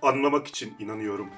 anlamak için inanıyorum.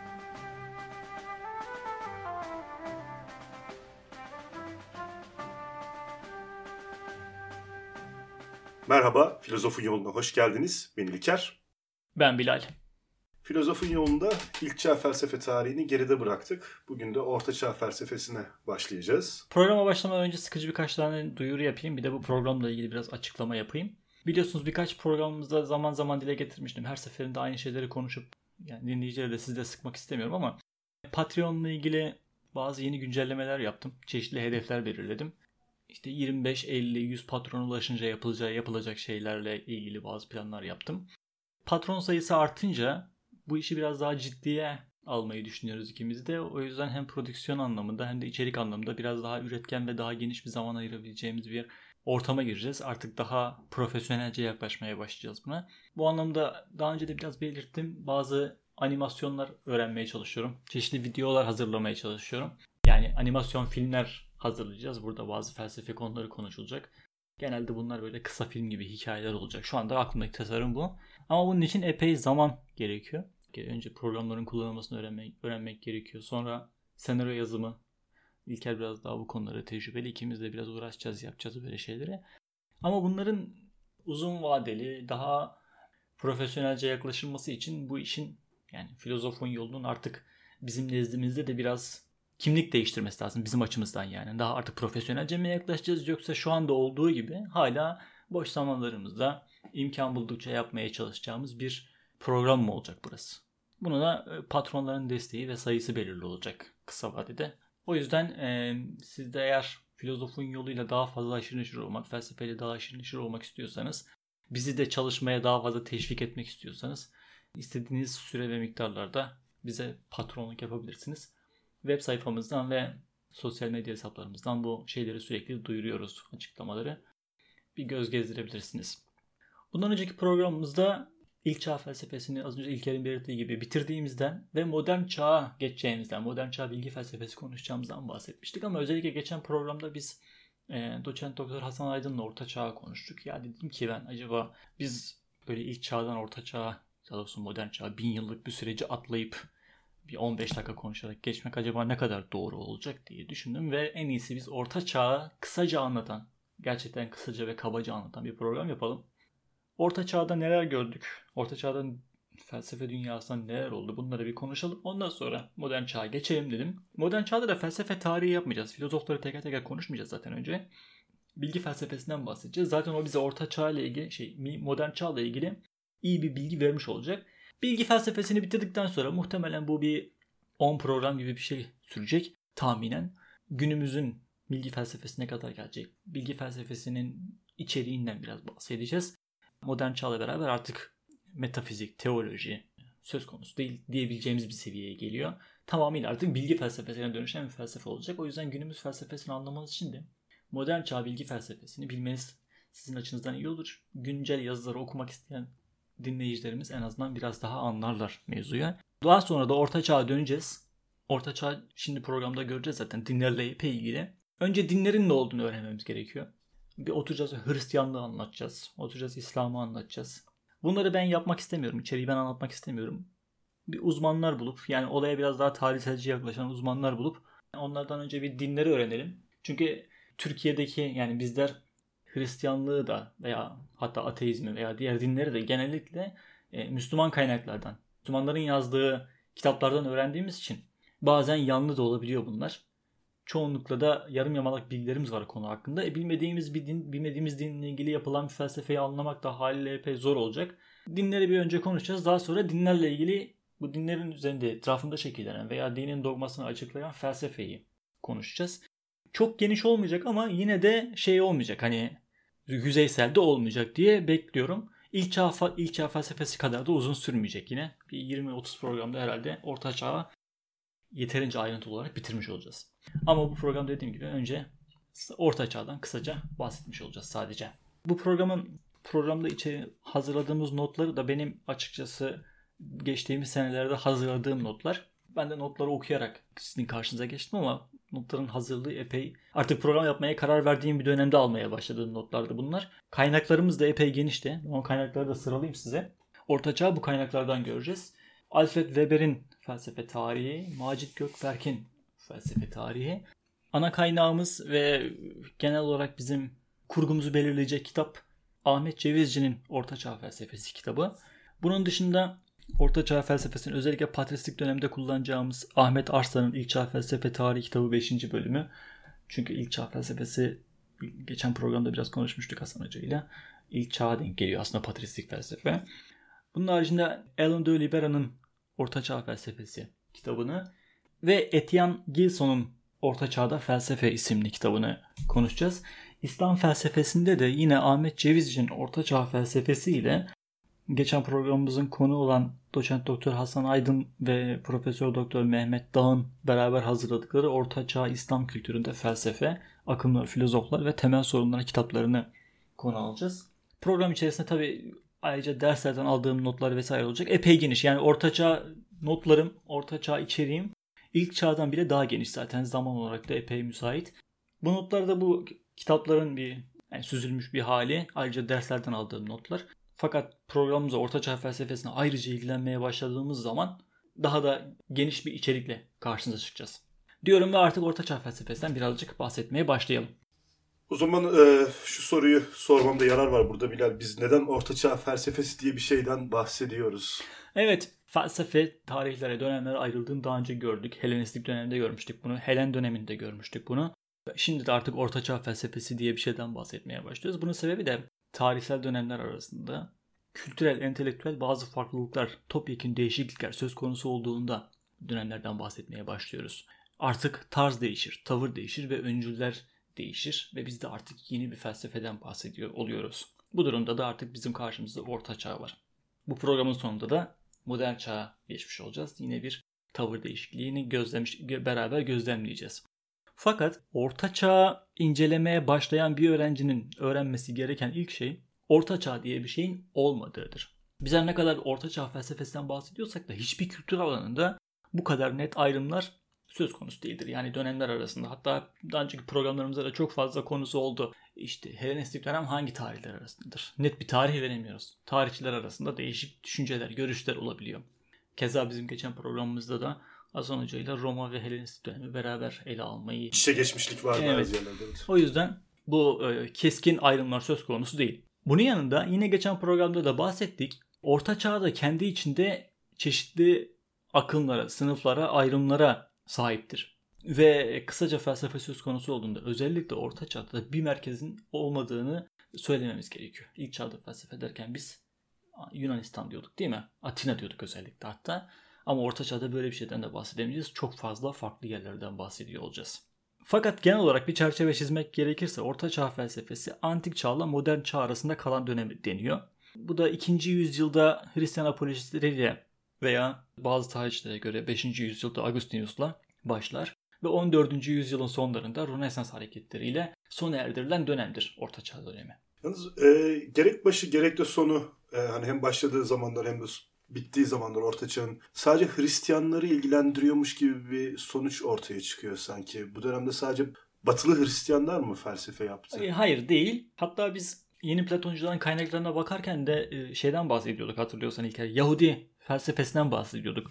Merhaba, Filozofun Yoluna hoş geldiniz. Ben İlker. Ben Bilal. Filozofun Yolunda ilk çağ felsefe tarihini geride bıraktık. Bugün de Orta Çağ felsefesine başlayacağız. Programa başlamadan önce sıkıcı birkaç tane duyuru yapayım. Bir de bu programla ilgili biraz açıklama yapayım. Biliyorsunuz birkaç programımızda zaman zaman dile getirmiştim. Her seferinde aynı şeyleri konuşup yani dinleyicileri de sizi de sıkmak istemiyorum ama Patreon'la ilgili bazı yeni güncellemeler yaptım. Çeşitli hedefler belirledim. İşte 25, 50, 100 patrona ulaşınca yapılacak şeylerle ilgili bazı planlar yaptım. Patron sayısı artınca bu işi biraz daha ciddiye almayı düşünüyoruz ikimiz de. O yüzden hem prodüksiyon anlamında hem de içerik anlamında biraz daha üretken ve daha geniş bir zaman ayırabileceğimiz bir ortama gireceğiz. Artık daha profesyonelce yaklaşmaya başlayacağız buna. Bu anlamda daha önce de biraz belirttim. Bazı animasyonlar öğrenmeye çalışıyorum. Çeşitli videolar hazırlamaya çalışıyorum. Yani animasyon filmler hazırlayacağız. Burada bazı felsefe konuları konuşulacak. Genelde bunlar böyle kısa film gibi hikayeler olacak. Şu anda aklımdaki tasarım bu. Ama bunun için epey zaman gerekiyor. Önce programların kullanılmasını öğrenmek gerekiyor. Sonra senaryo yazımı. İlker biraz daha bu konulara tecrübeli. İkimiz de biraz uğraşacağız, yapacağız böyle şeyleri. Ama bunların uzun vadeli, daha profesyonelce yaklaşılması için bu işin yani filozofun yolunun artık bizim nezdimizde de biraz kimlik değiştirmesi lazım bizim açımızdan yani. Daha artık profesyonelce mi yaklaşacağız yoksa şu anda olduğu gibi hala boş zamanlarımızda imkan buldukça yapmaya çalışacağımız bir program mı olacak burası? Buna da patronların desteği ve sayısı belirli olacak kısa vadede. O yüzden siz de eğer filozofun yoluyla daha fazla aşırı neşir olmak, felsefeyle daha aşırı neşir olmak istiyorsanız, bizi de çalışmaya daha fazla teşvik etmek istiyorsanız, istediğiniz süre ve miktarlarda bize patronluk yapabilirsiniz. Web sayfamızdan ve sosyal medya hesaplarımızdan bu şeyleri sürekli duyuruyoruz, açıklamaları. Bir göz gezdirebilirsiniz. Bundan önceki programımızda ilk çağ felsefesini az önce İlker'in belirttiği gibi bitirdiğimizden ve modern çağa geçeceğimizden, modern çağ bilgi felsefesi konuşacağımızdan bahsetmiştik. Ama özellikle geçen programda biz doçent doktor Hasan Aydın'la orta çağı konuştuk. Ya dedim ki ben acaba biz böyle ilk çağdan orta çağa, daha doğrusu modern çağa 1000 yıllık bir süreci atlayıp bir 15 dakika konuşarak geçmek acaba ne kadar doğru olacak diye düşündüm ve en iyisi biz orta çağı kısaca anlatan, gerçekten kısaca ve kabaca anlatan bir program yapalım. Orta çağda neler gördük? Orta çağda felsefe dünyasında neler oldu? Bunları bir konuşalım. Ondan sonra modern çağa geçelim dedim. Modern çağda da felsefe tarihi yapmayacağız. Filozofları teker teker konuşmayacağız zaten önce. Bilgi felsefesinden bahsedeceğiz. Zaten o bize orta çağ ile ilgili, modern çağ ile ilgili iyi bir bilgi vermiş olacak. Bilgi felsefesini bitirdikten sonra muhtemelen bu bir 10 program gibi bir şey sürecek tahminen. Günümüzün bilgi felsefesine kadar gelecek. Bilgi felsefesinin içeriğinden biraz bahsedeceğiz. Modern çağla beraber artık metafizik, teoloji söz konusu değil diyebileceğimiz bir seviyeye geliyor. Tamamıyla artık bilgi felsefesine dönüşen bir felsefe olacak. O yüzden günümüz felsefesini anlamanız için de modern çağ bilgi felsefesini bilmeniz sizin açınızdan iyi olur. Güncel yazıları okumak isteyen dinleyicilerimiz en azından biraz daha anlarlar mevzuya. Daha sonra da orta çağa döneceğiz. Orta çağ şimdi programda göreceğiz zaten dinlerle epey ilgili. Önce dinlerin ne olduğunu öğrenmemiz gerekiyor. Bir oturacağız Hristiyanlığı anlatacağız. Oturacağız İslam'ı anlatacağız. Bunları ben yapmak istemiyorum. İçeriği ben anlatmak istemiyorum. Bir uzmanlar bulup yani olaya biraz daha tarihselci yaklaşan uzmanlar bulup onlardan önce bir dinleri öğrenelim. Çünkü Türkiye'deki yani bizler Hristiyanlığı da veya hatta ateizmi veya diğer dinleri de genellikle Müslüman kaynaklardan, Müslümanların yazdığı kitaplardan öğrendiğimiz için bazen yanlı da olabiliyor bunlar. Çoğunlukla da yarım yamalak bilgilerimiz var konu hakkında. Bilmediğimiz dinle ilgili yapılan bir felsefeyi anlamak da haliyle epey zor olacak. Dinleri bir önce konuşacağız. Daha sonra dinlerle ilgili bu dinlerin üzerinde etrafında şekillenen veya dinin dogmasını açıklayan felsefeyi konuşacağız. Çok geniş olmayacak ama yine de olmayacak. Hani yüzeysel de olmayacak diye bekliyorum. İlk çağ felsefesi kadar da uzun sürmeyecek yine. Bir 20-30 programda herhalde orta çağı yeterince ayrıntılı olarak bitirmiş olacağız. Ama bu program dediğim gibi önce orta çağdan kısaca bahsetmiş olacağız sadece. Bu programda hazırladığımız notları da benim açıkçası geçtiğimiz senelerde hazırladığım notlar. Ben de notları okuyarak sizin karşınıza geçtim ama notların hazırlığı epey artık program yapmaya karar verdiğim bir dönemde almaya başladığım notlardı bunlar. Kaynaklarımız da epey genişti. O kaynakları da sıralayayım size. Orta çağ bu kaynaklardan göreceğiz. Alfred Weber'in felsefe tarihi, Macit Gökberk'in felsefe tarihi. Ana kaynağımız ve genel olarak bizim kurgumuzu belirleyecek kitap Ahmet Cevizci'nin Ortaçağ Felsefesi kitabı. Bunun dışında Ortaçağ felsefesinin özellikle patristik dönemde kullanacağımız Ahmet Arslan'ın İlk Çağ Felsefe Tarihi kitabı 5. bölümü. Çünkü İlk Çağ felsefesi geçen programda biraz konuşmuştuk Hasan Hoca ile. İlk çağa denk geliyor aslında patristik felsefe. Bunun haricinde Alain de Libera'nın Ortaçağ Felsefesi kitabını ve Etienne Gilson'un Orta Çağ'da Felsefe isimli kitabını konuşacağız. İslam felsefesinde de yine Ahmet Cevizci'nin Orta Çağ Felsefesi ile geçen programımızın konu olan Doçent Doktor Hasan Aydın ve Profesör Doktor Mehmet Dağ'ın beraber hazırladıkları Orta Çağ İslam kültüründe felsefe, akımlar, filozoflar ve temel sorunlar kitaplarını konu alacağız. Program içerisinde tabii ayrıca derslerden aldığım notlar vesaire olacak. Epey geniş. Yani Orta Çağ notlarım, Orta Çağ içeriğim ilk çağdan bile daha geniş zaten. Zaman olarak da epey müsait. Bu notlarda bu kitapların süzülmüş bir hali. Ayrıca derslerden aldığım notlar. Fakat programımıza Ortaçağ felsefesine ayrıca ilgilenmeye başladığımız zaman daha da geniş bir içerikle karşınıza çıkacağız. Diyorum ve artık Ortaçağ felsefesinden birazcık bahsetmeye başlayalım. O zaman şu soruyu sormamda yarar var burada Bilal. Biz neden Ortaçağ felsefesi diye bir şeyden bahsediyoruz? Evet, felsefe tarihlere, dönemlere ayrıldığını daha önce gördük. Helenistik dönemde görmüştük bunu. Helen döneminde görmüştük bunu. Şimdi de artık Ortaçağ felsefesi diye bir şeyden bahsetmeye başlıyoruz. Bunun sebebi de tarihsel dönemler arasında kültürel, entelektüel bazı farklılıklar, topyekün değişiklikler söz konusu olduğunda dönemlerden bahsetmeye başlıyoruz. Artık tarz değişir, tavır değişir ve öncüller değişir ve biz de artık yeni bir felsefeden bahsediyor oluyoruz. Bu durumda da artık bizim karşımızda Orta Çağ var. Bu programın sonunda da modern çağa geçmiş olacağız. Yine bir tavır değişikliğini beraber gözlemleyeceğiz. Fakat Orta Çağ'ı incelemeye başlayan bir öğrencinin öğrenmesi gereken ilk şey Orta Çağ diye bir şeyin olmadığıdır. Biz her ne kadar Orta Çağ felsefesinden bahsediyorsak da hiçbir kültür alanında bu kadar net ayrımlar söz konusu değildir. Yani dönemler arasında, hatta daha önceki programlarımızda da çok fazla konusu oldu. İşte Helenistik dönem hangi tarihler arasındadır? Net bir tarih veremiyoruz. Tarihçiler arasında değişik düşünceler, görüşler olabiliyor. Keza bizim geçen programımızda da Hasan Hoca ile Roma ve Helenistik dönemi beraber ele almayı... İçe geçmişlik var bazı yerlerde. O yüzden bu keskin ayrımlar söz konusu değil. Bunun yanında yine geçen programda da bahsettik. Orta Çağ'da kendi içinde çeşitli akımlara, sınıflara, ayrımlara sahiptir. Ve kısaca felsefe söz konusu olduğunda özellikle Orta Çağ'da bir merkezin olmadığını söylememiz gerekiyor. İlk çağda felsefe derken biz Yunanistan diyorduk değil mi? Atina diyorduk özellikle hatta. Ama Orta Çağ'da böyle bir şeyden de bahsedemeyeceğiz. Çok fazla farklı yerlerden bahsediyor olacağız. Fakat genel olarak bir çerçeve çizmek gerekirse Orta Çağ felsefesi antik çağla modern çağ arasında kalan dönemi deniyor. Bu da 2. yüzyılda Hristiyan apolojistleriyle veya bazı tarihçilere göre 5. yüzyılda Augustinus'la başlar ve 14. yüzyılın sonlarında Rönesans hareketleriyle sona erdirilen dönemdir Orta Çağ dönemi. Yalnız gerek başı gerek de sonu hani hem başladığı zamanlar hem de bittiği zamanlar Orta Çağ'ın sadece Hristiyanları ilgilendiriyormuş gibi bir sonuç ortaya çıkıyor sanki. Bu dönemde sadece Batılı Hristiyanlar mı felsefe yaptı? Hayır değil. Hatta biz yeni Platoncuların kaynaklarına bakarken de şeyden bahsediyorduk, hatırlıyorsan İlker. Yahudi felsefesinden bahsediyorduk.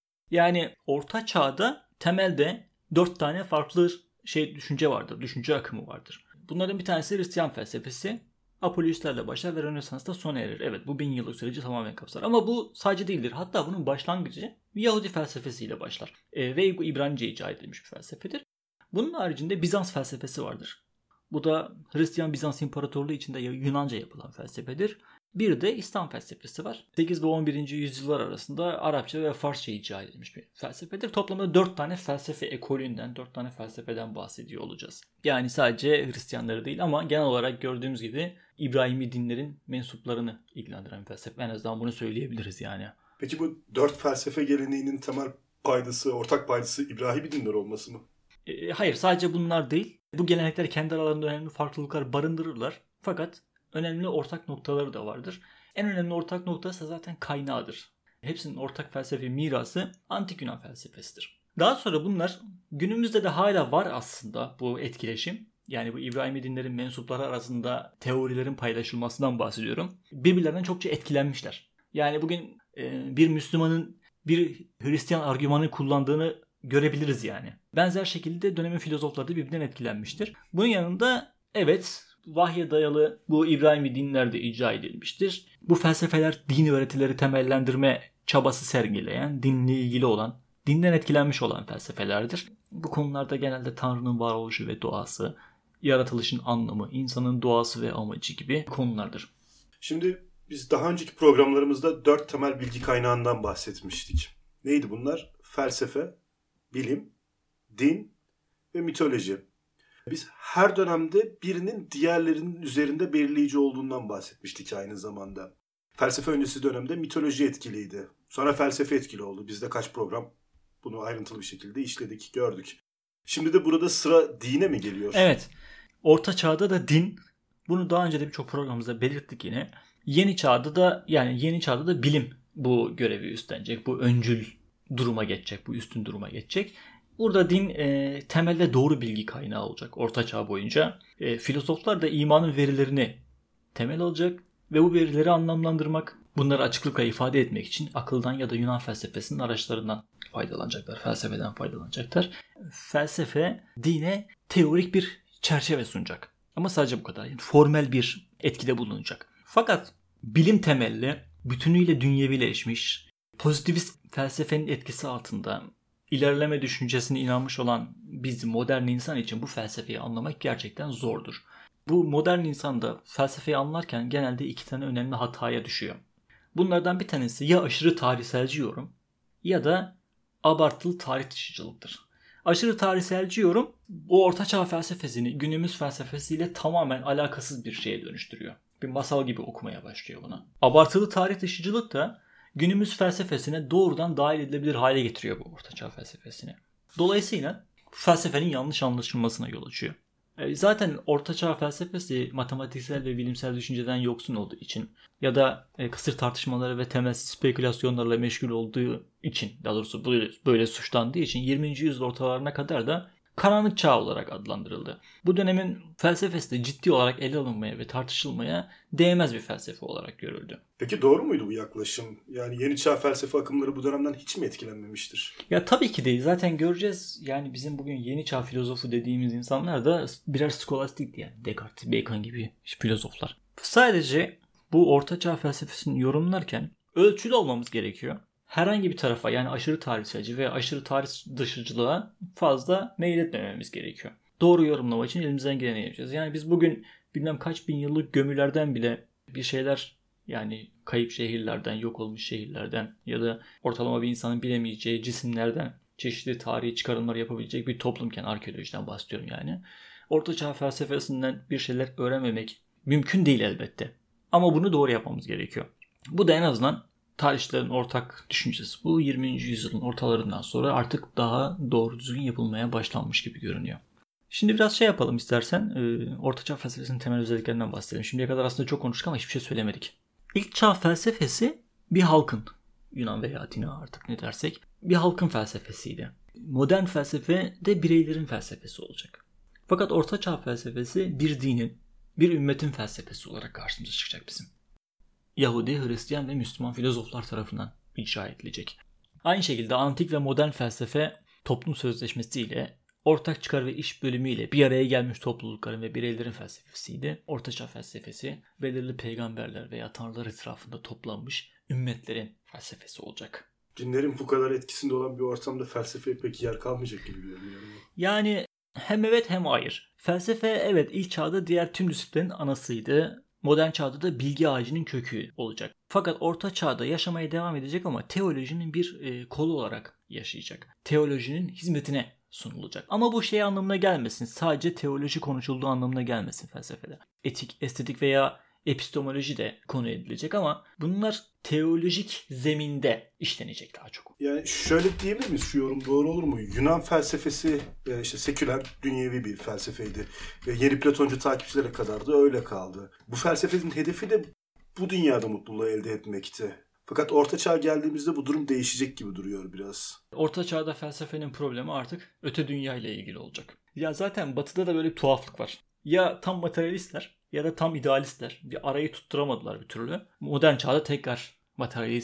Yani Orta Çağ'da temelde 4 tane farklı düşünce vardır, düşünce akımı vardır. Bunların bir tanesi Hristiyan felsefesi. Apolojistlerle başlar ve Rönesans'ta sona erir. Evet, bu 1000 yıllık süreci tamamen kapsar. Ama bu sadece değildir. Hatta bunun başlangıcı Yahudi felsefesiyle başlar. Ve bu İbranice icat edilmiş bir felsefedir. Bunun haricinde Bizans felsefesi vardır. Bu da Hristiyan Bizans İmparatorluğu içinde Yunanca yapılan felsefedir. Bir de İslam felsefesi var. 8 ve 11. yüzyıllar arasında Arapça ve Farsça icat edilmiş bir felsefedir. Toplamda 4 tane felsefe ekolünden, 4 tane felsefeden bahsediyor olacağız. Yani sadece Hristiyanları değil ama genel olarak gördüğümüz gibi İbrahimi dinlerin mensuplarını ilgilendiren felsefe. En azından bunu söyleyebiliriz yani. Peki bu 4 felsefe geleneğinin temel paydası, ortak paydası İbrahimi dinler olması mı? Hayır, sadece bunlar değil. Bu gelenekler kendi aralarında önemli farklılıklar barındırırlar. Fakat önemli ortak noktaları da vardır. En önemli ortak noktası zaten kaynağıdır. Hepsinin ortak felsefi mirası antik Yunan felsefesidir. Daha sonra bunlar günümüzde de hala var aslında bu etkileşim. Yani bu İbrahimi dinlerin mensupları arasında teorilerin paylaşılmasından bahsediyorum. Birbirlerinden çokça etkilenmişler. Yani bugün bir Müslümanın bir Hristiyan argümanı kullandığını görebiliriz yani. Benzer şekilde dönemin filozofları da birbirinden etkilenmiştir. Bunun yanında evet vahye dayalı bu İbrahimi dinler de icra edilmiştir. Bu felsefeler dini öğretileri temellendirme çabası sergileyen, dinle ilgili olan, dinden etkilenmiş olan felsefelerdir. Bu konularda genelde Tanrı'nın varoluşu ve doğası, yaratılışın anlamı, insanın doğası ve amacı gibi konulardır. Şimdi biz daha önceki programlarımızda 4 temel bilgi kaynağından bahsetmiştik. Neydi bunlar? Felsefe, bilim, din ve mitoloji. Biz her dönemde birinin diğerlerinin üzerinde belirleyici olduğundan bahsetmiştik aynı zamanda. Felsefe öncesi dönemde mitoloji etkiliydi. Sonra felsefe etkili oldu. Biz de kaç program bunu ayrıntılı bir şekilde işledik, gördük. Şimdi de burada sıra dine mi geliyor? Evet. Orta çağda da din, bunu daha önce de birçok programımızda belirttik yine. Yeni çağda da bilim bu görevi üstlenecek. Bu öncül duruma geçecek, bu üstün duruma geçecek. Burada din temel ve doğru bilgi kaynağı olacak Orta Çağ boyunca. Filozoflar da imanın verilerini temel alacak ve bu verileri anlamlandırmak, bunları açıklıkla ifade etmek için akıldan ya da Yunan felsefesinin araçlarından faydalanacaklar, felsefeden faydalanacaklar. Felsefe dine teorik bir çerçeve sunacak. Ama sadece bu kadar. Yani formel bir etkide bulunacak. Fakat bilim temelli, bütünüyle dünyevileşmiş, pozitivist felsefenin etkisi altında ilerleme düşüncesine inanmış olan biz modern insan için bu felsefeyi anlamak gerçekten zordur. Bu modern insan da felsefeyi anlarken genelde 2 tane önemli hataya düşüyor. Bunlardan bir tanesi ya aşırı tarihselci yorum ya da abartılı tarih dışıcılıktır. Aşırı tarihselci yorum o ortaçağ felsefesini günümüz felsefesiyle tamamen alakasız bir şeye dönüştürüyor. Bir masal gibi okumaya başlıyor bunu. Abartılı tarih dışıcılık da günümüz felsefesine doğrudan dahil edilebilir hale getiriyor bu ortaçağ felsefesini. Dolayısıyla felsefenin yanlış anlaşılmasına yol açıyor. Zaten ortaçağ felsefesi matematiksel ve bilimsel düşünceden yoksun olduğu için ya da kısır tartışmaları ve temelsiz spekülasyonlarla meşgul olduğu için, daha doğrusu böyle suçlandığı için 20. yüzyıl ortalarına kadar da karanlık çağ olarak adlandırıldı. Bu dönemin felsefesi de ciddi olarak ele alınmaya ve tartışılmaya değmez bir felsefe olarak görüldü. Peki doğru muydu bu yaklaşım? Yani yeni çağ felsefe akımları bu dönemden hiç mi etkilenmemiştir? Ya tabii ki değil. Zaten göreceğiz. Yani bizim bugün yeni çağ filozofu dediğimiz insanlar da birer skolastikti yani. Descartes, Bacon gibi filozoflar. Sadece bu orta çağ felsefesini yorumlarken ölçülü olmamız gerekiyor. Herhangi bir tarafa yani aşırı tarihselci veya aşırı tarih dışıcılığa fazla meyletmememiz gerekiyor. Doğru yorumlama için elimizden geleni yapacağız. Yani biz bugün bilmem kaç bin yıllık gömülerden bile bir şeyler, yani kayıp şehirlerden, yok olmuş şehirlerden ya da ortalama bir insanın bilemeyeceği cisimlerden çeşitli tarihi çıkarımlar yapabilecek bir toplumken, arkeolojiden bahsediyorum yani. Orta çağ felsefesinden bir şeyler öğrenmemek mümkün değil elbette. Ama bunu doğru yapmamız gerekiyor. Bu da en azından tarihçilerin ortak düşüncesi. Bu 20. yüzyılın ortalarından sonra artık daha doğru düzgün yapılmaya başlanmış gibi görünüyor. Şimdi biraz yapalım istersen. Ortaçağ felsefesinin temel özelliklerinden bahsedelim. Şimdiye kadar aslında çok konuştuk ama hiçbir şey söylemedik. İlk çağ felsefesi bir halkın, Yunan veya Atina artık ne dersek, bir halkın felsefesiydi. Modern felsefe de bireylerin felsefesi olacak. Fakat ortaçağ felsefesi bir dinin, bir ümmetin felsefesi olarak karşımıza çıkacak bizim. Yahudi, Hristiyan ve Müslüman filozoflar tarafından icra edilecek. Aynı şekilde antik ve modern felsefe toplum sözleşmesiyle, ortak çıkar ve iş bölümüyle bir araya gelmiş toplulukların ve bireylerin felsefesiydi. Ortaçağ felsefesi belirli peygamberler veya tanrılar etrafında toplanmış ümmetlerin felsefesi olacak. Dinlerin bu kadar etkisinde olan bir ortamda felsefeye pek yer kalmayacak gibi görünüyor. Yani hem evet hem hayır. Felsefe evet ilk çağda diğer tüm disiplinlerin anasıydı. Modern çağda da bilgi ağacının kökü olacak. Fakat orta çağda yaşamaya devam edecek ama teolojinin bir kolu olarak yaşayacak. Teolojinin hizmetine sunulacak. Ama bu şey anlamına gelmesin. Sadece teoloji konuşulduğu anlamına gelmesin felsefede. Etik, estetik veya epistemoloji de konu edilecek ama bunlar teolojik zeminde işlenecek daha çok. Yani şöyle diyebilir miyiz? Şu yorum doğru olur mu? Yunan felsefesi işte seküler, dünyevi bir felsefeydi. Yeni Platoncu takipçilere kadar da öyle kaldı. Bu felsefenin hedefi de bu dünyada mutluluğu elde etmekti. Fakat Orta Çağ'a geldiğimizde bu durum değişecek gibi duruyor biraz. Orta Çağ'da felsefenin problemi artık öte dünya ile ilgili olacak. Ya zaten Batı'da da böyle bir tuhaflık var. Ya tam materyalistler ya da tam idealistler. Bir arayı tutturamadılar bir türlü. Modern çağda tekrar materyalist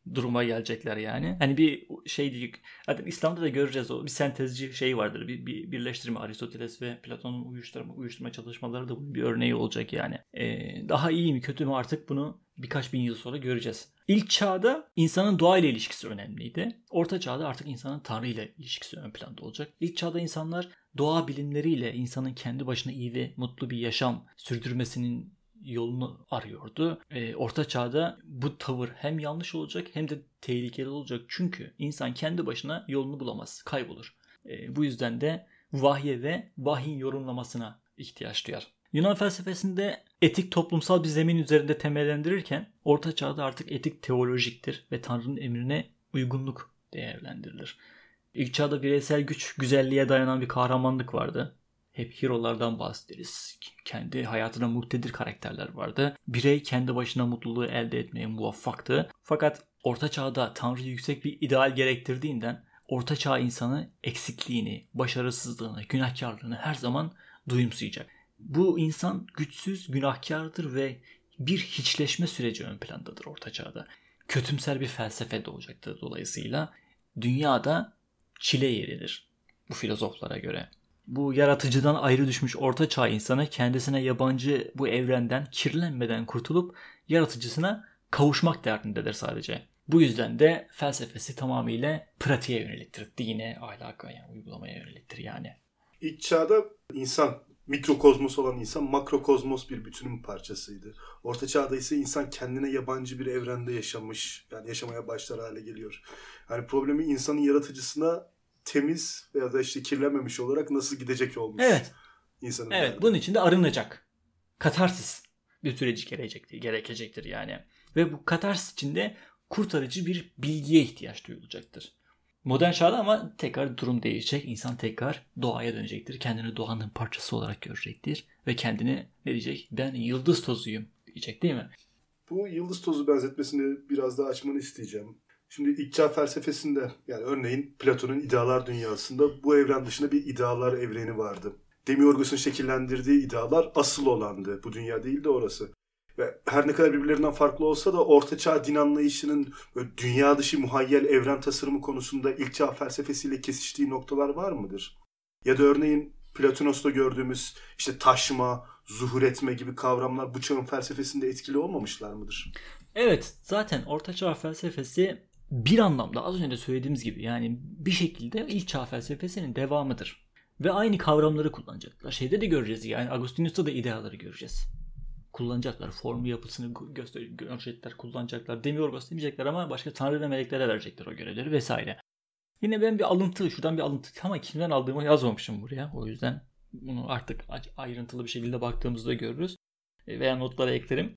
duruma gelecekler yani. Hani bir şey değil. Zaten İslam'da da göreceğiz o. Bir sentezci şey vardır. Bir birleştirme. Aristoteles ve Platon'un uyuşturma çalışmaları da bunun bir örneği olacak yani. Daha iyi mi kötü mü artık bunu birkaç bin yıl sonra göreceğiz. İlk çağda insanın doğayla ilişkisi önemliydi. Orta çağda artık insanın Tanrı ile ilişkisi ön planda olacak. İlk çağda insanlar doğa bilimleriyle insanın kendi başına iyi ve mutlu bir yaşam sürdürmesinin yolunu arıyordu. Orta çağda bu tavır hem yanlış olacak hem de tehlikeli olacak. Çünkü insan kendi başına yolunu bulamaz, kaybolur. Bu yüzden de vahye ve vahyin yorumlamasına ihtiyaç duyar. Yunan felsefesinde etik toplumsal bir zemin üzerinde temellendirirken Orta çağda artık etik teolojiktir ve Tanrı'nın emrine uygunluk değerlendirilir. İlk çağda bireysel güç, güzelliğe dayanan bir kahramanlık vardı. Hep hero'lardan bahsederiz. Kendi hayatına muktedir karakterler vardı. Birey kendi başına mutluluğu elde etmeye muvaffaktı. Fakat Orta Çağ'da Tanrı yüksek bir ideal gerektirdiğinden Orta Çağ insanı eksikliğini, başarısızlığını, günahkarlığını her zaman duyumsayacak. Bu insan güçsüz, günahkardır ve bir hiçleşme süreci ön plandadır Orta Çağ'da. Kötümser bir felsefe doğacaktır dolayısıyla. Dünyada çile yeridir bu filozoflara göre. Bu yaratıcıdan ayrı düşmüş Orta Çağ insanı kendisine yabancı bu evrenden kirlenmeden kurtulup yaratıcısına kavuşmak derdindedir sadece. Bu yüzden de felsefesi tamamıyla pratiğe yöneliktir. Dine, ahlaka yani uygulamaya yöneliktir yani. İlk çağda insan, mikrokozmos olan insan makrokozmos bir bütünün parçasıydı. Orta çağda ise insan kendine yabancı bir evrende yaşamış, yani yaşamaya başlar hale geliyor. Yani problemi insanın yaratıcısına temiz veya da işte kirlenmemiş olarak nasıl gidecek olmuş. Evet. İnsanın evet. derdi. Bunun için de arınacak. Katarsis bir süreci gerekecektir yani. Ve bu katarsis için de kurtarıcı bir bilgiye ihtiyaç duyulacaktır. Modern çağda ama tekrar durum değişecek. İnsan tekrar doğaya dönecektir. Kendini doğanın parçası olarak görecektir. Ve kendini ne diyecek? Ben yıldız tozuyum diyecek değil mi? Bu yıldız tozu benzetmesini biraz daha açmanı isteyeceğim. Şimdi ilk çağ felsefesinde yani örneğin Platon'un idealar dünyasında bu evren dışında bir idealar evreni vardı. Demiurgos'un şekillendirdiği idealar asıl olandı. Bu dünya değil de orası. Ve her ne kadar birbirlerinden farklı olsa da Orta Çağ din anlayışının dünya dışı muhayyel evren tasarımı konusunda ilk çağ felsefesiyle kesiştiği noktalar var mıdır? Ya da örneğin Platonos'ta gördüğümüz işte taşma, zuhur etme gibi kavramlar bu çağın felsefesinde etkili olmamışlar mıdır? Evet, zaten Orta Çağ felsefesi bir anlamda az önce de söylediğimiz gibi yani bir şekilde ilk çağ felsefesinin devamıdır. Ve aynı kavramları kullanacaklar. Şeyde de göreceğiz yani Agustinus'ta da ideaları göreceğiz. Kullanacaklar. Formu yapısını görecekler, kullanacaklar. Demiurgos demeyecekler ama başka tanrı ve meleklere verecekler o görevleri vesaire. Yine ben şuradan bir alıntı ama kimden aldığımı yazmamışım buraya. O yüzden bunu artık ayrıntılı bir şekilde baktığımızda görürüz. Veya notlara eklerim.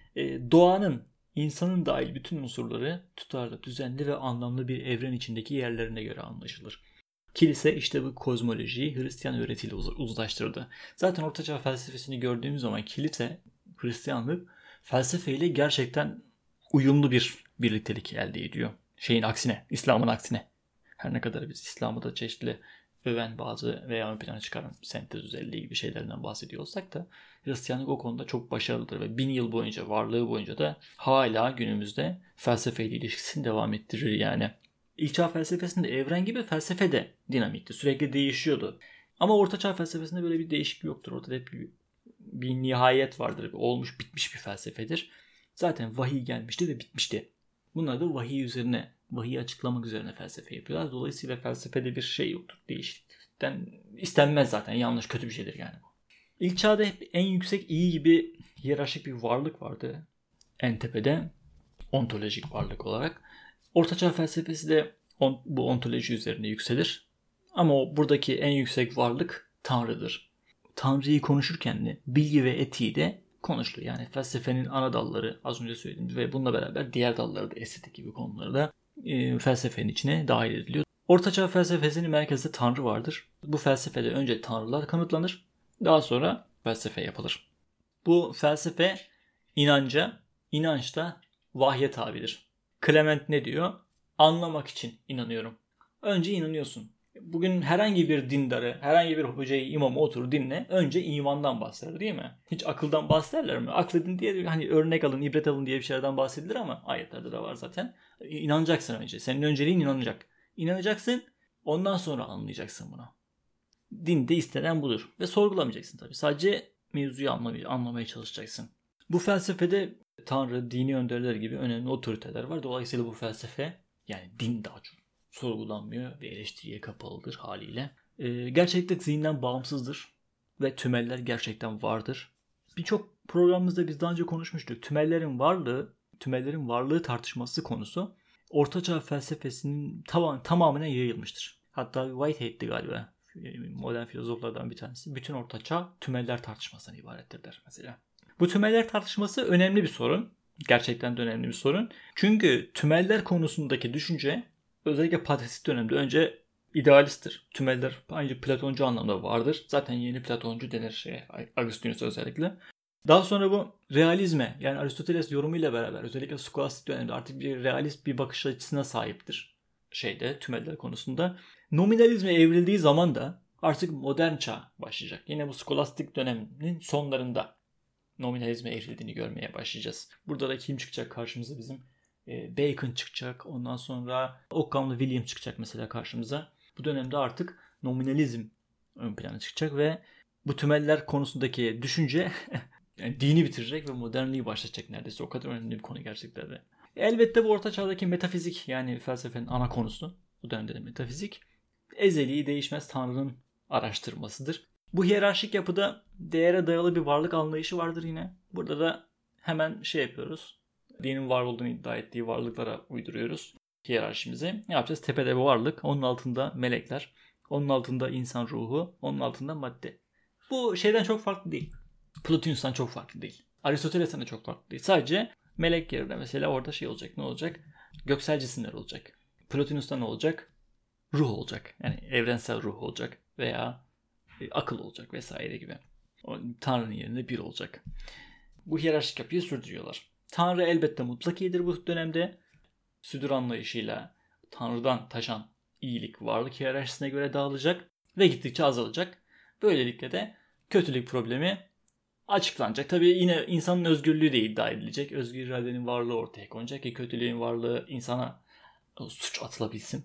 Doğanın, insanın dahil bütün unsurları tutarlı, düzenli ve anlamlı bir evren içindeki yerlerine göre anlaşılır. Kilise işte bu kozmolojiyi Hristiyan öğretiyle uzlaştırdı. Zaten Orta Çağ felsefesini gördüğümüz zaman kilise, Hristiyanlık felsefeyle gerçekten uyumlu bir birliktelik elde ediyor. Şeyin aksine, İslam'ın aksine. Her ne kadar biz İslam'ı da çeşitli öven bazı veya ön plana çıkaran sentez özelliği gibi şeylerden bahsediyor olsak da Hristiyanlık o konuda çok başarılıdır ve 1000 yıl boyunca, varlığı boyunca da hala günümüzde felsefeyle ilişkisini devam ettirir yani. İlk çağ felsefesinde evren gibi felsefe de dinamikti. Sürekli değişiyordu. Ama Orta Çağ felsefesinde böyle bir değişiklik yoktur. Ortada hep bir nihayet vardır. Olmuş bitmiş bir felsefedir. Zaten vahiy gelmişti ve bitmişti. Bunlar da vahiy üzerine, vahiyi açıklamak üzerine felsefe yapıyorlar. Dolayısıyla felsefede bir şey yoktur. Değişiklikten istenmez zaten. Yanlış, kötü bir şeydir yani bu. İlk çağda hep en yüksek iyi gibi hiyerarşik bir varlık vardı. En tepede ontolojik varlık olarak. Orta Çağ felsefesi de bu ontoloji üzerine yükselir. Ama buradaki en yüksek varlık Tanrı'dır. Tanrı'yı konuşurken de bilgi ve etiği de konuşulur. Yani felsefenin ana dalları az önce söylediğim ve bununla beraber diğer dalları da estetik gibi konuları da felsefenin içine dahil ediliyor. Orta Çağ felsefesinin merkezinde Tanrı vardır. Bu felsefede önce tanrılar kanıtlanır. Daha sonra felsefe yapılır. Bu felsefe inanca, inanç da vahye tabidir. Clement ne diyor? Anlamak için inanıyorum. Önce inanıyorsun. Bugün herhangi bir dindarı, herhangi bir hocayı, imamı otur dinle. Önce imandan bahseder değil mi? Hiç akıldan bahsederler mi? Akledin diye hani örnek alın, ibret alın diye bir şeylerden bahsedilir ama ayetlerde de var zaten. İnanacaksın önce. Senin önceliğin inanacak. İnanacaksın, ondan sonra anlayacaksın bunu. Dinde istenen budur. Ve sorgulamayacaksın tabii. Sadece mevzuyu anlamaya çalışacaksın. Bu felsefede Tanrı, dini önderler gibi önemli otoriteler var. Dolayısıyla bu felsefe, yani din daha çok sorgulanmıyor ve eleştiriye kapalıdır haliyle. Gerçeklik zihinden bağımsızdır ve tümeller gerçekten vardır. Birçok programımızda biz daha önce konuşmuştuk. Tümellerin varlığı tartışması konusu Ortaçağ felsefesinin tamamına yayılmıştır. Hatta Whitehead'ti galiba, modern filozoflardan bir tanesi. Bütün Ortaçağ tümeller tartışmasından ibarettir der mesela. Bu tümeller tartışması önemli bir sorun. Gerçekten de önemli bir sorun. Çünkü tümeller konusundaki düşünce özellikle patristik dönemde önce idealisttir. Tümeller ancak Platoncu anlamda vardır. Zaten yeni Platoncu denir Agustinus özellikle. Daha sonra bu realizme, yani Aristoteles yorumuyla beraber özellikle skolastik dönemde artık bir realist bir bakış açısına sahiptir. Tümeller konusunda. Nominalizme evrildiği zaman da artık modern çağ başlayacak. Yine bu skolastik dönemin sonlarında nominalizme evrildiğini görmeye başlayacağız. Burada da kim çıkacak karşımıza bizim? Bacon çıkacak. Ondan sonra Occam'la William çıkacak mesela karşımıza. Bu dönemde artık nominalizm ön plana çıkacak ve bu tümeller konusundaki düşünce yani dini bitirecek ve modernliği başlatacak neredeyse. O kadar önemli bir konu gerçekten de. Elbette bu orta çağdaki metafizik, yani felsefenin ana konusu. Bu dönemde de metafizik. Ezeli, değişmez Tanrı'nın araştırmasıdır. Bu hiyerarşik yapıda değere dayalı bir varlık anlayışı vardır yine. Burada da hemen yapıyoruz. Dinin var olduğunu iddia ettiği varlıklara uyduruyoruz hiyerarşimizi. Ne yapacağız? Tepede bir varlık, onun altında melekler, onun altında insan ruhu, onun altında madde. Bu şeyden çok farklı değil. Plotinus'tan çok farklı değil. Aristoteles'ten de çok farklı değil. Sadece melek yerine mesela orada olacak. Ne olacak? Göksel cisimler olacak. Plotinus'ta ne olacak? Ruh olacak. Yani evrensel ruh olacak. Veya akıl olacak vesaire gibi. O Tanrı'nın yerine bir olacak. Bu hiyerarşik yapıyı sürdürüyorlar. Tanrı elbette mutlak iyidir bu dönemde. Südür anlayışıyla Tanrı'dan taşan iyilik varlık hiyerarşisine göre dağılacak ve gittikçe azalacak. Böylelikle de kötülük problemi açıklanacak. Tabii yine insanın özgürlüğü de iddia edilecek. Özgür iradenin varlığı ortaya konacak ki kötülüğün varlığı insana suç atılabilsin.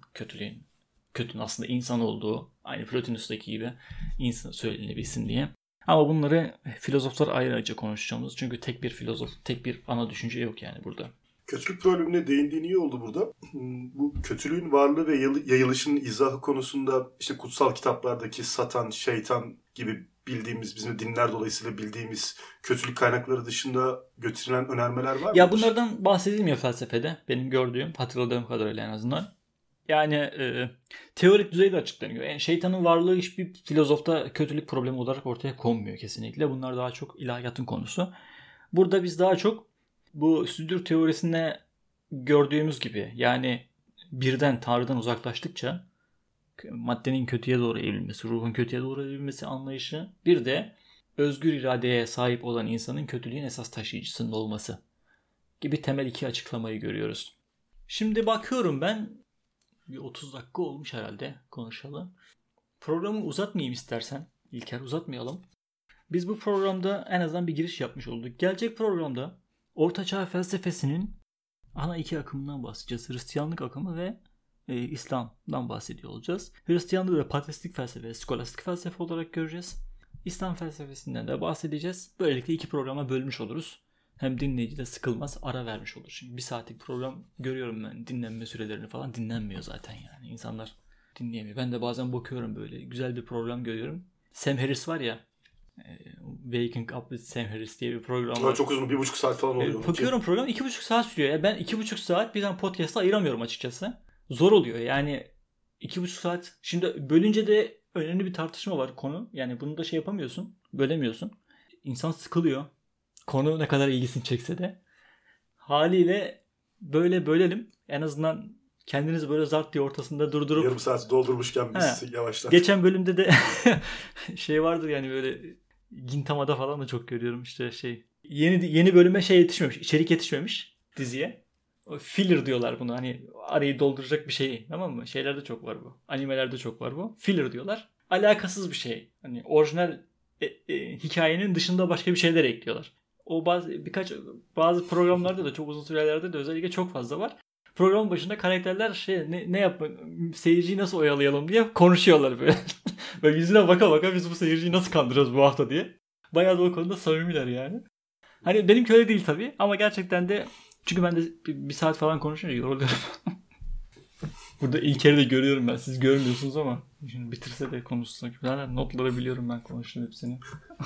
Kötünün aslında insan olduğu, aynı Plotinus'taki gibi insan söylenebilsin diye. Ama bunları filozoflar ayrıca konuşacağımız. Çünkü tek bir filozof, tek bir ana düşünce yok yani burada. Kötülük problemine değindiğin iyi oldu burada. Bu kötülüğün varlığı ve yayılışının izahı konusunda işte kutsal kitaplardaki Satan, şeytan gibi bildiğimiz, bizim dinler dolayısıyla bildiğimiz kötülük kaynakları dışında götürülen önermeler var mı? Ya bunlardan bahsedilmiyor felsefede. Benim gördüğüm, hatırladığım kadarıyla en azından. Yani teorik düzeyde açıklanıyor. Yani şeytanın varlığı hiçbir filozofta kötülük problemi olarak ortaya konmuyor kesinlikle. Bunlar daha çok ilahiyatın konusu. Burada biz daha çok bu südür teorisinde gördüğümüz gibi, yani birden Tanrı'dan uzaklaştıkça maddenin kötüye doğru evrilmesi, ruhun kötüye doğru evrilmesi anlayışı, bir de özgür iradeye sahip olan insanın kötülüğün esas taşıyıcısının olması gibi temel iki açıklamayı görüyoruz. Şimdi bakıyorum ben, bir 30 dakika olmuş herhalde konuşalım. Programı uzatmayayım istersen. İlker, uzatmayalım. Biz bu programda en azından bir giriş yapmış olduk. Gelecek programda Ortaçağ felsefesinin ana iki akımından bahsedeceğiz. Hristiyanlık akımı ve İslam'dan bahsediyor olacağız. Hristiyanlığı da patristik felsefe, skolastik felsefe olarak göreceğiz. İslam felsefesinden de bahsedeceğiz. Böylelikle iki programa bölmüş oluruz. Hem dinleyici de sıkılmaz, ara vermiş olur. Şimdi bir saatlik program görüyorum ben, dinlenme sürelerini falan dinlenmiyor zaten yani. İnsanlar dinleyemiyor. Ben de bazen bakıyorum, böyle güzel bir program görüyorum. Sam Harris var ya, Waking Up with Sam Harris diye bir program var. Çok uzun, 1,5 saat falan oluyor. Bakıyorum program 2,5 saat sürüyor. Yani ben 2,5 saat bir tane podcast'a ayıramıyorum açıkçası. Zor oluyor yani 2,5 saat. Şimdi bölünce de önemli bir tartışma var konu. Yani bunu da yapamıyorsun, bölemiyorsun. İnsan sıkılıyor. Konu ne kadar ilgisini çekse de. Haliyle böyle bölelim. En azından kendinizi böyle zart diye ortasında durdurup. Yarım saat doldurmuşken biz yavaşlar. Geçen bölümde de vardır yani, böyle Gintama'da falan da çok görüyorum işte yeni bölüme yetişmemiş. İçerik yetişmemiş diziye. Filler diyorlar bunu. Hani arayı dolduracak bir şey. Tamam mı? Şeylerde çok var bu. Animelerde çok var bu. Filler diyorlar. Alakasız bir şey. Hani orijinal hikayenin dışında başka bir şeyler ekliyorlar. O bazı programlarda da çok uzun sürelerde de özellikle çok fazla var. Programın başında karakterler ne yapma, seyirciyi nasıl oyalayalım diye konuşuyorlar böyle. Böyle yüzüne baka baka biz bu seyirciyi nasıl kandıracağız bu hafta diye. Bayağı da o konuda samimiler yani. Hani benimki öyle değil tabii ama gerçekten de çünkü ben de bir saat falan konuşunca yoruluyorum. Burada İlker'i de görüyorum ben. Siz görmüyorsunuz ama şimdi bitirse de konuşsak. Zaten notları biliyorum ben konuştum hepsini.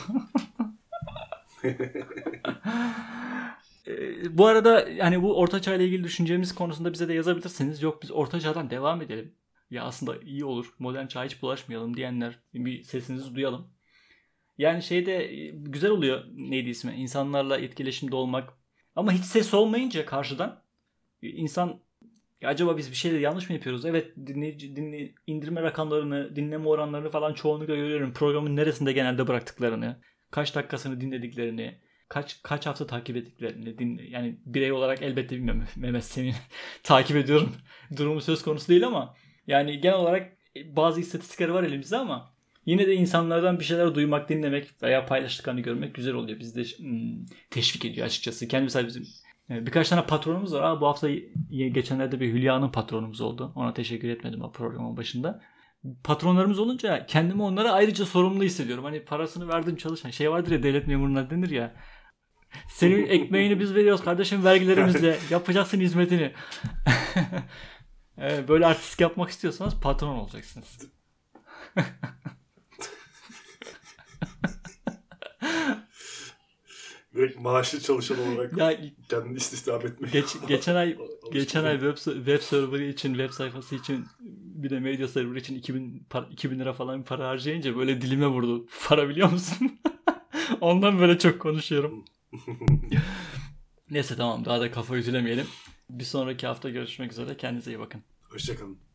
Bu arada yani bu Orta Çağ ile ilgili düşüncemiz konusunda bize de yazabilirsiniz. Yok biz Orta Çağ'dan devam edelim. Ya aslında iyi olur. Modern Çağ'a hiç bulaşmayalım diyenler bir sesinizi duyalım. Yani güzel oluyor neydi ismi? İnsanlarla etkileşimde olmak. Ama hiç ses olmayınca karşıdan insan acaba biz bir şeyleri yanlış mı yapıyoruz? Evet indirme rakamlarını, dinleme oranlarını falan çoğunlukla görüyorum. Programın neresinde genelde bıraktıklarını, kaç dakikasını dinlediklerini, kaç hafta takip ettiklerini. Yani birey olarak elbette bilmiyorum. Mehmet seni takip ediyorum. Durumu söz konusu değil ama yani genel olarak bazı istatistikler var elimizde ama yine de insanlardan bir şeyler duymak, dinlemek veya paylaştıklarını görmek güzel oluyor. Bizi de teşvik ediyor açıkçası. Mesela bizim birkaç tane patronumuz var. Bu hafta geçenlerde bir Hülya'nın patronumuz oldu. Ona teşekkür etmedim o programın başında. Patronlarımız olunca kendimi onlara ayrıca sorumlu hissediyorum. Hani parasını verdim çalışan. Şey vardır ya devlet memuruna denir ya. Senin ekmeğini biz veriyoruz kardeşim vergilerimizle. Yapacaksın hizmetini. Böyle artistik yapmak istiyorsanız patron olacaksınız. Direkt maaşlı çalışan olarak kendini istihdam etmek. Geçen ay web serverı için, web sayfası için bir de medya serverı için 2000 lira falan bir para harcayınca böyle dilime vurdu. Para biliyor musun? Ondan böyle çok konuşuyorum. Neyse tamam daha da kafa ütülemeyelim. Bir sonraki hafta görüşmek üzere. Kendinize iyi bakın. Hoşçakalın.